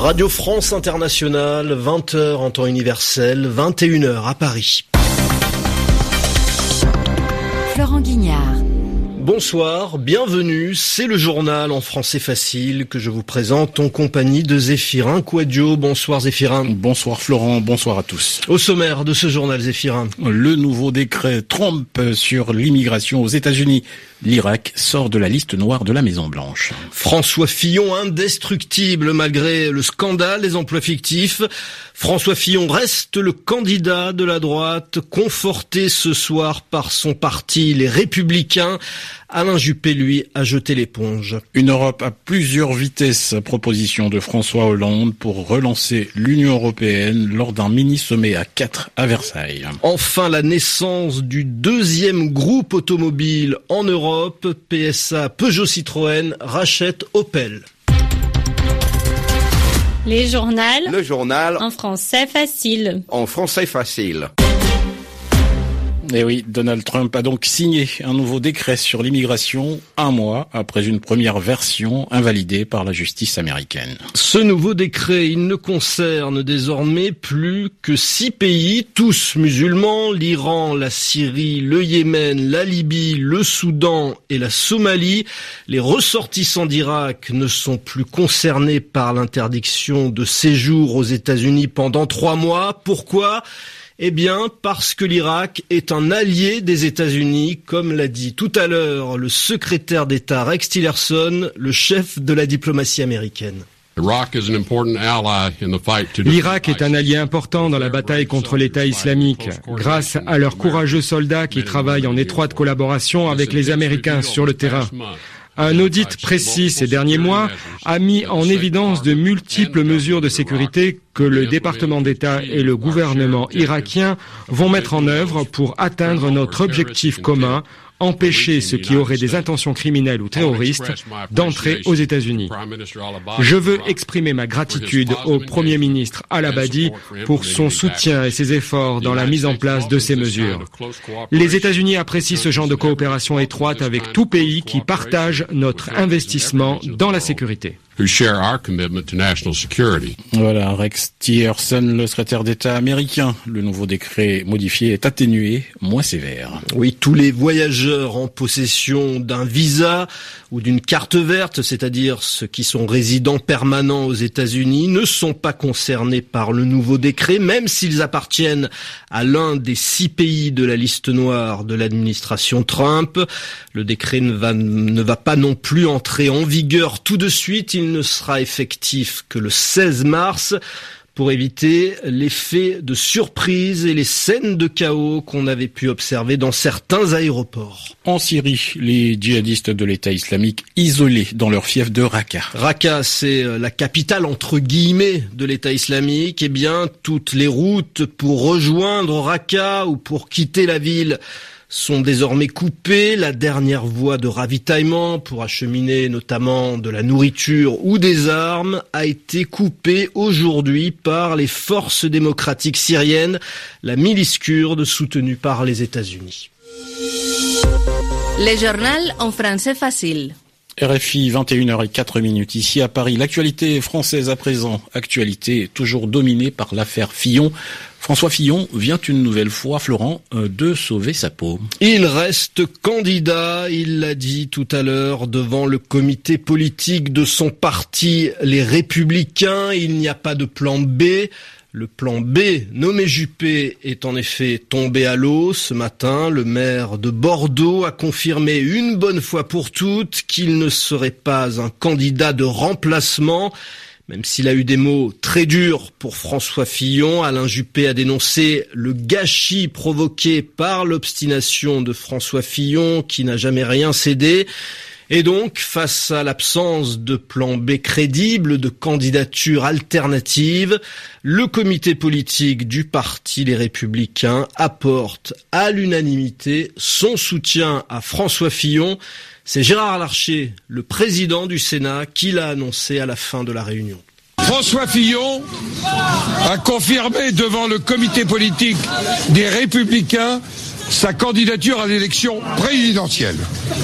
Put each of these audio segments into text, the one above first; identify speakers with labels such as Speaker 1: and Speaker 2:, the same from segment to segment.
Speaker 1: Radio France Internationale, 20h en temps universel, 21h à Paris.
Speaker 2: Florent Guignard.
Speaker 1: Bonsoir, bienvenue, c'est le journal en français facile que je vous présente en compagnie de Zéphirin Quadio. Bonsoir Zéphirin.
Speaker 3: Bonsoir Florent, bonsoir à tous.
Speaker 1: Au sommaire de ce journal Zéphirin.
Speaker 3: Le nouveau décret Trump sur l'immigration aux États-Unis. L'Irak sort de la liste noire de la Maison-Blanche.
Speaker 1: François Fillon indestructible malgré le scandale des emplois fictifs. François Fillon reste le candidat de la droite, conforté ce soir par son parti, les Républicains. Alain Juppé, lui, a jeté l'éponge.
Speaker 3: Une Europe à plusieurs vitesses, proposition de François Hollande pour relancer l'Union européenne lors d'un mini-sommet à 4 à Versailles.
Speaker 1: Enfin, la naissance du deuxième groupe automobile en Europe. PSA Peugeot Citroën rachète Opel.
Speaker 4: Les journaux.
Speaker 5: Le journal.
Speaker 4: En français facile.
Speaker 5: En français facile.
Speaker 3: Et oui, Donald Trump a donc signé un nouveau décret sur l'immigration un mois après une première version invalidée par la justice américaine.
Speaker 1: Ce nouveau décret, il ne concerne désormais plus que 6 pays, tous musulmans, l'Iran, la Syrie, le Yémen, la Libye, le Soudan et la Somalie. Les ressortissants d'Irak ne sont plus concernés par l'interdiction de séjour aux États-Unis pendant 3 mois. Pourquoi ? Eh bien, parce que l'Irak est un allié des États-Unis, comme l'a dit tout à l'heure le secrétaire d'État Rex Tillerson, le chef de la diplomatie américaine.
Speaker 6: L'Irak est un allié important dans la bataille contre l'État islamique, grâce à leurs courageux soldats qui travaillent en étroite collaboration avec les Américains sur le terrain. Un audit précis ces derniers mois a mis en évidence de multiples mesures de sécurité que le département d'État et le gouvernement irakien vont mettre en œuvre pour atteindre notre objectif commun, empêcher ceux qui auraient des intentions criminelles ou terroristes d'entrer aux États-Unis. Je veux exprimer ma gratitude au Premier ministre Al-Abadi pour son soutien et ses efforts dans la mise en place de ces mesures. Les États-Unis apprécient ce genre de coopération étroite avec tout pays qui partage notre investissement dans la sécurité.
Speaker 3: Voilà, Rex Tillerson, le secrétaire d'État américain. Le nouveau décret modifié est atténué, moins sévère.
Speaker 1: Oui, tous les voyageurs en possession d'un visa ou d'une carte verte, c'est-à-dire ceux qui sont résidents permanents aux États-Unis, ne sont pas concernés par le nouveau décret, même s'ils appartiennent à l'un des 6 pays de la liste noire de l'administration Trump. Le décret ne va pas non plus entrer en vigueur tout de suite. Il ne sera effectif que le 16 mars pour éviter l'effet de surprise et les scènes de chaos qu'on avait pu observer dans certains aéroports.
Speaker 3: En Syrie, les djihadistes de l'État islamique isolés dans leur fief de Raqqa.
Speaker 1: Raqqa, c'est la capitale entre guillemets de l'État islamique. Eh bien, toutes les routes pour rejoindre Raqqa ou pour quitter la ville sont désormais coupées. La dernière voie de ravitaillement pour acheminer notamment de la nourriture ou des armes a été coupée aujourd'hui par les forces démocratiques syriennes, la milice kurde soutenue par les États-Unis.
Speaker 2: Le journal en français facile.
Speaker 3: RFI, 21h04 ici à Paris. L'actualité française à présent, actualité toujours dominée par l'affaire Fillon. François Fillon vient une nouvelle fois, Florent, de sauver sa peau.
Speaker 1: Il reste candidat, il l'a dit tout à l'heure, devant le comité politique de son parti, les Républicains. Il n'y a pas de plan B. Le plan B, nommé Juppé, est en effet tombé à l'eau. Ce matin, le maire de Bordeaux a confirmé une bonne fois pour toutes qu'il ne serait pas un candidat de remplacement. Même s'il a eu des mots très durs pour François Fillon, Alain Juppé a dénoncé le gâchis provoqué par l'obstination de François Fillon, qui n'a jamais rien cédé. Et donc, face à l'absence de plan B crédible, de candidature alternative, le comité politique du parti Les Républicains apporte à l'unanimité son soutien à François Fillon. C'est Gérard Larcher, le président du Sénat, qui l'a annoncé à la fin de la réunion.
Speaker 7: François Fillon a confirmé devant le comité politique des Républicains sa candidature à l'élection présidentielle.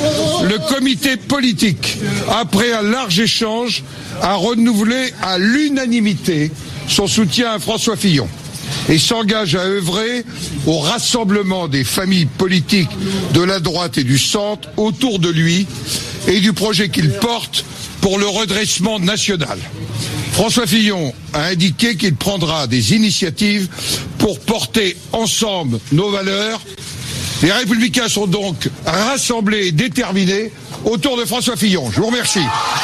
Speaker 7: Le comité politique, après un large échange, a renouvelé à l'unanimité son soutien à François Fillon et s'engage à œuvrer au rassemblement des familles politiques de la droite et du centre autour de lui et du projet qu'il porte pour le redressement national. François Fillon a indiqué qu'il prendra des initiatives pour porter ensemble nos valeurs. Les Républicains sont donc rassemblés et déterminés autour de François Fillon. Je vous remercie.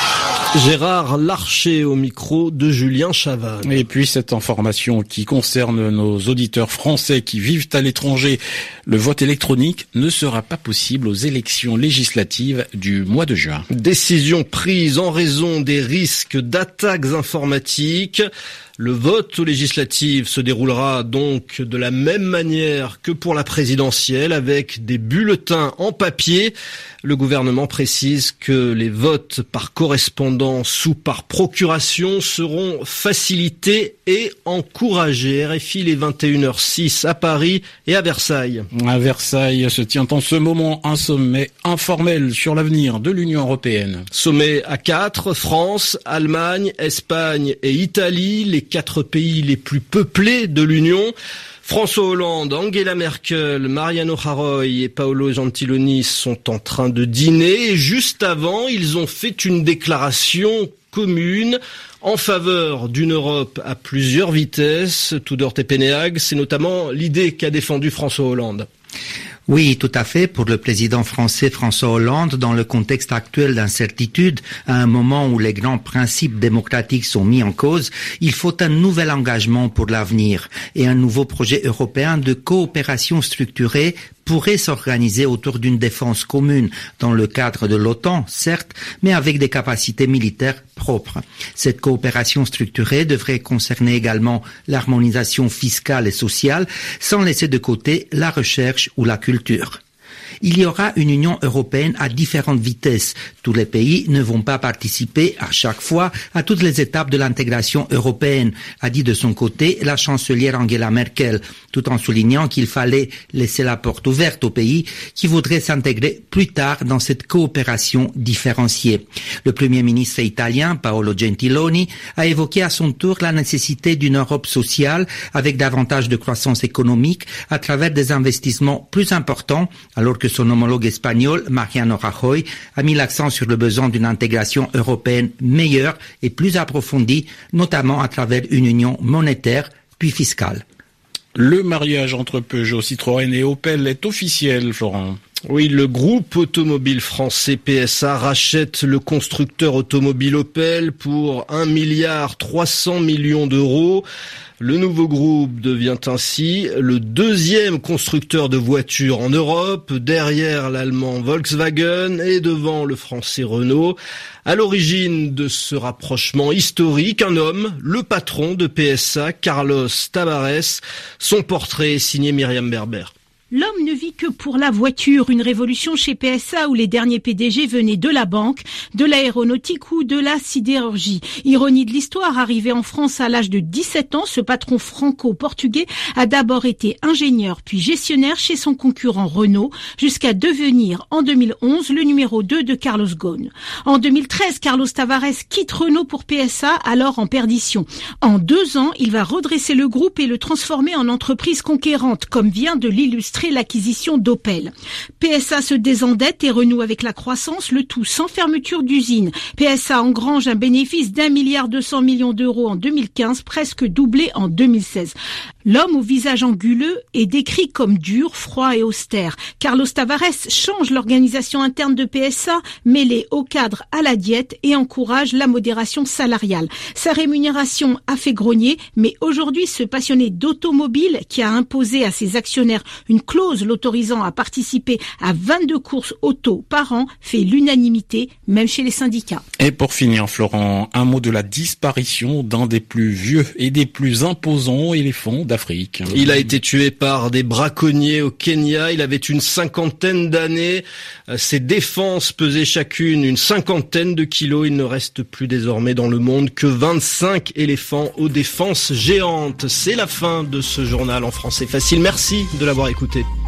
Speaker 1: Gérard Larcher au micro de Julien Chavannes.
Speaker 3: Et puis cette information qui concerne nos auditeurs français qui vivent à l'étranger, le vote électronique ne sera pas possible aux élections législatives du mois de juin.
Speaker 1: Décision prise en raison des risques d'attaques informatiques. Le vote aux législatives se déroulera donc de la même manière que pour la présidentielle, avec des bulletins en papier. Le gouvernement précise que les votes par correspondance ou par procuration seront facilités et encouragés. RFI, les 21h06 à Paris et à Versailles.
Speaker 3: À Versailles se tient en ce moment un sommet informel sur l'avenir de l'Union européenne.
Speaker 1: Sommet à 4, France, Allemagne, Espagne et Italie, les 4 pays les plus peuplés de l'Union. François Hollande, Angela Merkel, Mariano Rajoy et Paolo Gentiloni sont en train de dîner et juste avant, ils ont fait une déclaration commune en faveur d'une Europe à plusieurs vitesses. Tudor Tepeneag, c'est notamment l'idée qu'a défendue François Hollande.
Speaker 8: Oui, tout à fait. Pour le président français François Hollande, dans le contexte actuel d'incertitude, à un moment où les grands principes démocratiques sont mis en cause, il faut un nouvel engagement pour l'avenir et un nouveau projet européen de coopération structurée pourrait s'organiser autour d'une défense commune dans le cadre de l'OTAN, certes, mais avec des capacités militaires propres. Cette coopération structurée devrait concerner également l'harmonisation fiscale et sociale, sans laisser de côté la recherche ou la culture. Il y aura une Union européenne à différentes vitesses. Tous les pays ne vont pas participer à chaque fois à toutes les étapes de l'intégration européenne, a dit de son côté la chancelière Angela Merkel, tout en soulignant qu'il fallait laisser la porte ouverte aux pays qui voudraient s'intégrer plus tard dans cette coopération différenciée. Le Premier ministre italien, Paolo Gentiloni, a évoqué à son tour la nécessité d'une Europe sociale avec davantage de croissance économique à travers des investissements plus importants, alors que son homologue espagnol, Mariano Rajoy, a mis l'accent sur le besoin d'une intégration européenne meilleure et plus approfondie, notamment à travers une union monétaire puis fiscale.
Speaker 3: Le mariage entre Peugeot, Citroën et Opel est officiel, Florent.
Speaker 1: Oui, le groupe automobile français PSA rachète le constructeur automobile Opel pour 1,3 milliard d'euros. Le nouveau groupe devient ainsi le deuxième constructeur de voitures en Europe, derrière l'allemand Volkswagen et devant le français Renault. À l'origine de ce rapprochement historique, un homme, le patron de PSA, Carlos Tavares. Son portrait est signé Myriam Berber.
Speaker 9: L'homme ne vit que pour la voiture, une révolution chez PSA où les derniers PDG venaient de la banque, de l'aéronautique ou de la sidérurgie. Ironie de l'histoire, arrivé en France à l'âge de 17 ans, ce patron franco-portugais a d'abord été ingénieur puis gestionnaire chez son concurrent Renault, jusqu'à devenir en 2011 le numéro 2 de Carlos Ghosn. En 2013, Carlos Tavares quitte Renault pour PSA, alors en perdition. En 2 ans, il va redresser le groupe et le transformer en entreprise conquérante, comme vient de l'illustrer l'acquisition d'Opel. PSA se désendette et renoue avec la croissance, le tout sans fermeture d'usine. PSA engrange un bénéfice d'1,2 milliard d'euros en 2015, presque doublé en 2016. L'homme au visage anguleux est décrit comme dur, froid et austère. Carlos Tavares change l'organisation interne de PSA, mêlé au cadre à la diète et encourage la modération salariale. Sa rémunération a fait grogner, mais aujourd'hui ce passionné d'automobile qui a imposé à ses actionnaires une clause l'autorisant à participer à 22 courses auto par an fait l'unanimité, même chez les syndicats.
Speaker 3: Et pour finir, Florent, un mot de la disparition d'un des plus vieux et des plus imposants éléphants d'Afrique.
Speaker 1: Il a été tué par des braconniers au Kenya. Il avait une 50aine d'années. Ses défenses pesaient chacune une 50aine de kilos. Il ne reste plus désormais dans le monde que 25 éléphants aux défenses géantes. C'est la fin de ce journal en français facile. Merci de l'avoir écouté.